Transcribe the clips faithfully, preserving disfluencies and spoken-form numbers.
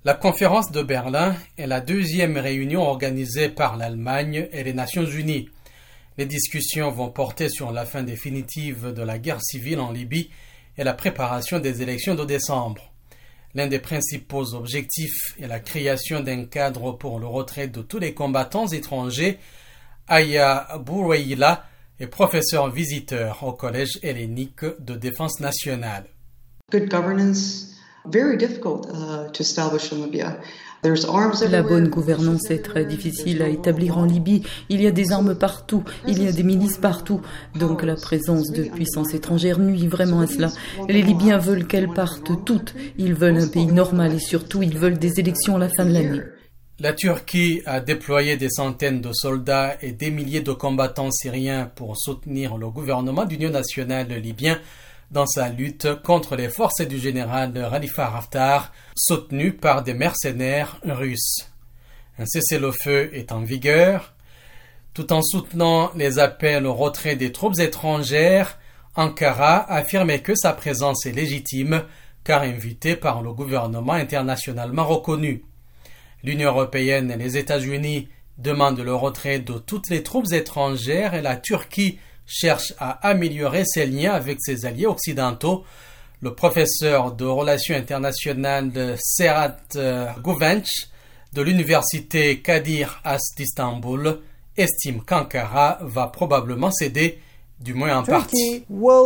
La conférence de Berlin est la deuxième réunion organisée par l'Allemagne et les Nations Unies. Les discussions vont porter sur la fin définitive de la guerre civile en Libye et la préparation des élections de décembre. L'un des principaux objectifs est la création d'un cadre pour le retrait de tous les combattants étrangers. Aya Boureila est professeur visiteur au Collège hellénique de défense nationale. Good governance, very difficult uh, to establish in Libya. La bonne gouvernance est très difficile à établir en Libye. Il y a des armes partout, il y a des milices partout. Donc la présence de puissances étrangères nuit vraiment à cela. Les Libyens veulent qu'elles partent toutes. Ils veulent un pays normal et surtout ils veulent des élections à la fin de l'année. La Turquie a déployé des centaines de soldats et des milliers de combattants syriens pour soutenir le gouvernement d'union nationale libyen dans sa lutte contre les forces du général Khalifa Haftar, soutenu par des mercenaires russes. Un cessez-le-feu est en vigueur. Tout en soutenant les appels au retrait des troupes étrangères, Ankara a affirmé que sa présence est légitime, car invitée par le gouvernement internationalement reconnu. L'Union européenne et les États-Unis demandent le retrait de toutes les troupes étrangères et la Turquie cherche à améliorer ses liens avec ses alliés occidentaux. Le professeur de relations internationales Serhat Guvenç de l'université Kadir Has d'Istanbul estime qu'Ankara va probablement céder, du moins en partie.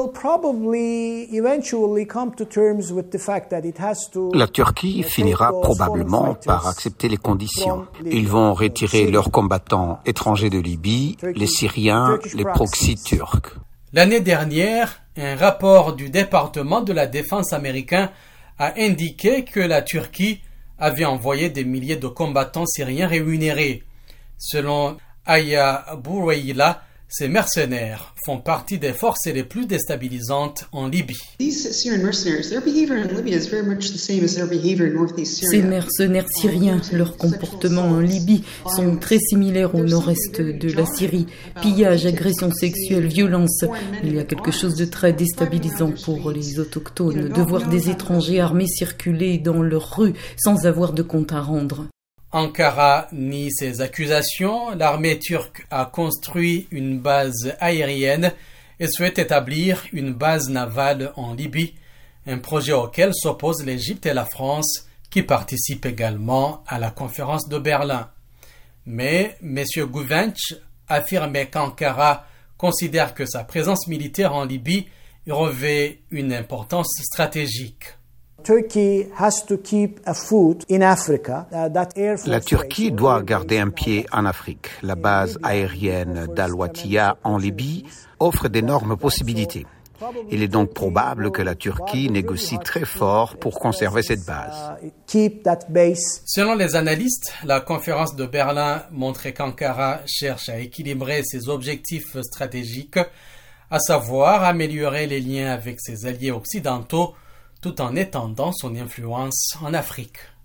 La Turquie finira probablement par accepter les conditions. Ils vont retirer leurs combattants étrangers de Libye, les Syriens, les proxys turcs. L'année dernière, un rapport du département de la défense américain a indiqué que la Turquie avait envoyé des milliers de combattants syriens rémunérés. Selon Aya Boureila, ces mercenaires font partie des forces les plus déstabilisantes en Libye. Ces mercenaires syriens, leur comportement en Libye sont très similaires au nord-est de la Syrie. Pillage, agression sexuelle, violence. Il y a quelque chose de très déstabilisant pour les autochtones de voir des étrangers armés circuler dans leurs rues sans avoir de compte à rendre. Ankara nie ces accusations. L'armée turque a construit une base aérienne et souhaite établir une base navale en Libye, un projet auquel s'opposent l'Égypte et la France, qui participent également à la conférence de Berlin. Mais M. Guvenç affirmait qu'Ankara considère que sa présence militaire en Libye revêt une importance stratégique. La Turquie doit garder un pied en Afrique. La base aérienne d'Al-Watiya en Libye offre d'énormes possibilités. Il est donc probable que la Turquie négocie très fort pour conserver cette base. Selon les analystes, la conférence de Berlin montrait qu'Ankara cherche à équilibrer ses objectifs stratégiques, à savoir améliorer les liens avec ses alliés occidentaux, tout en étendant son influence en Afrique.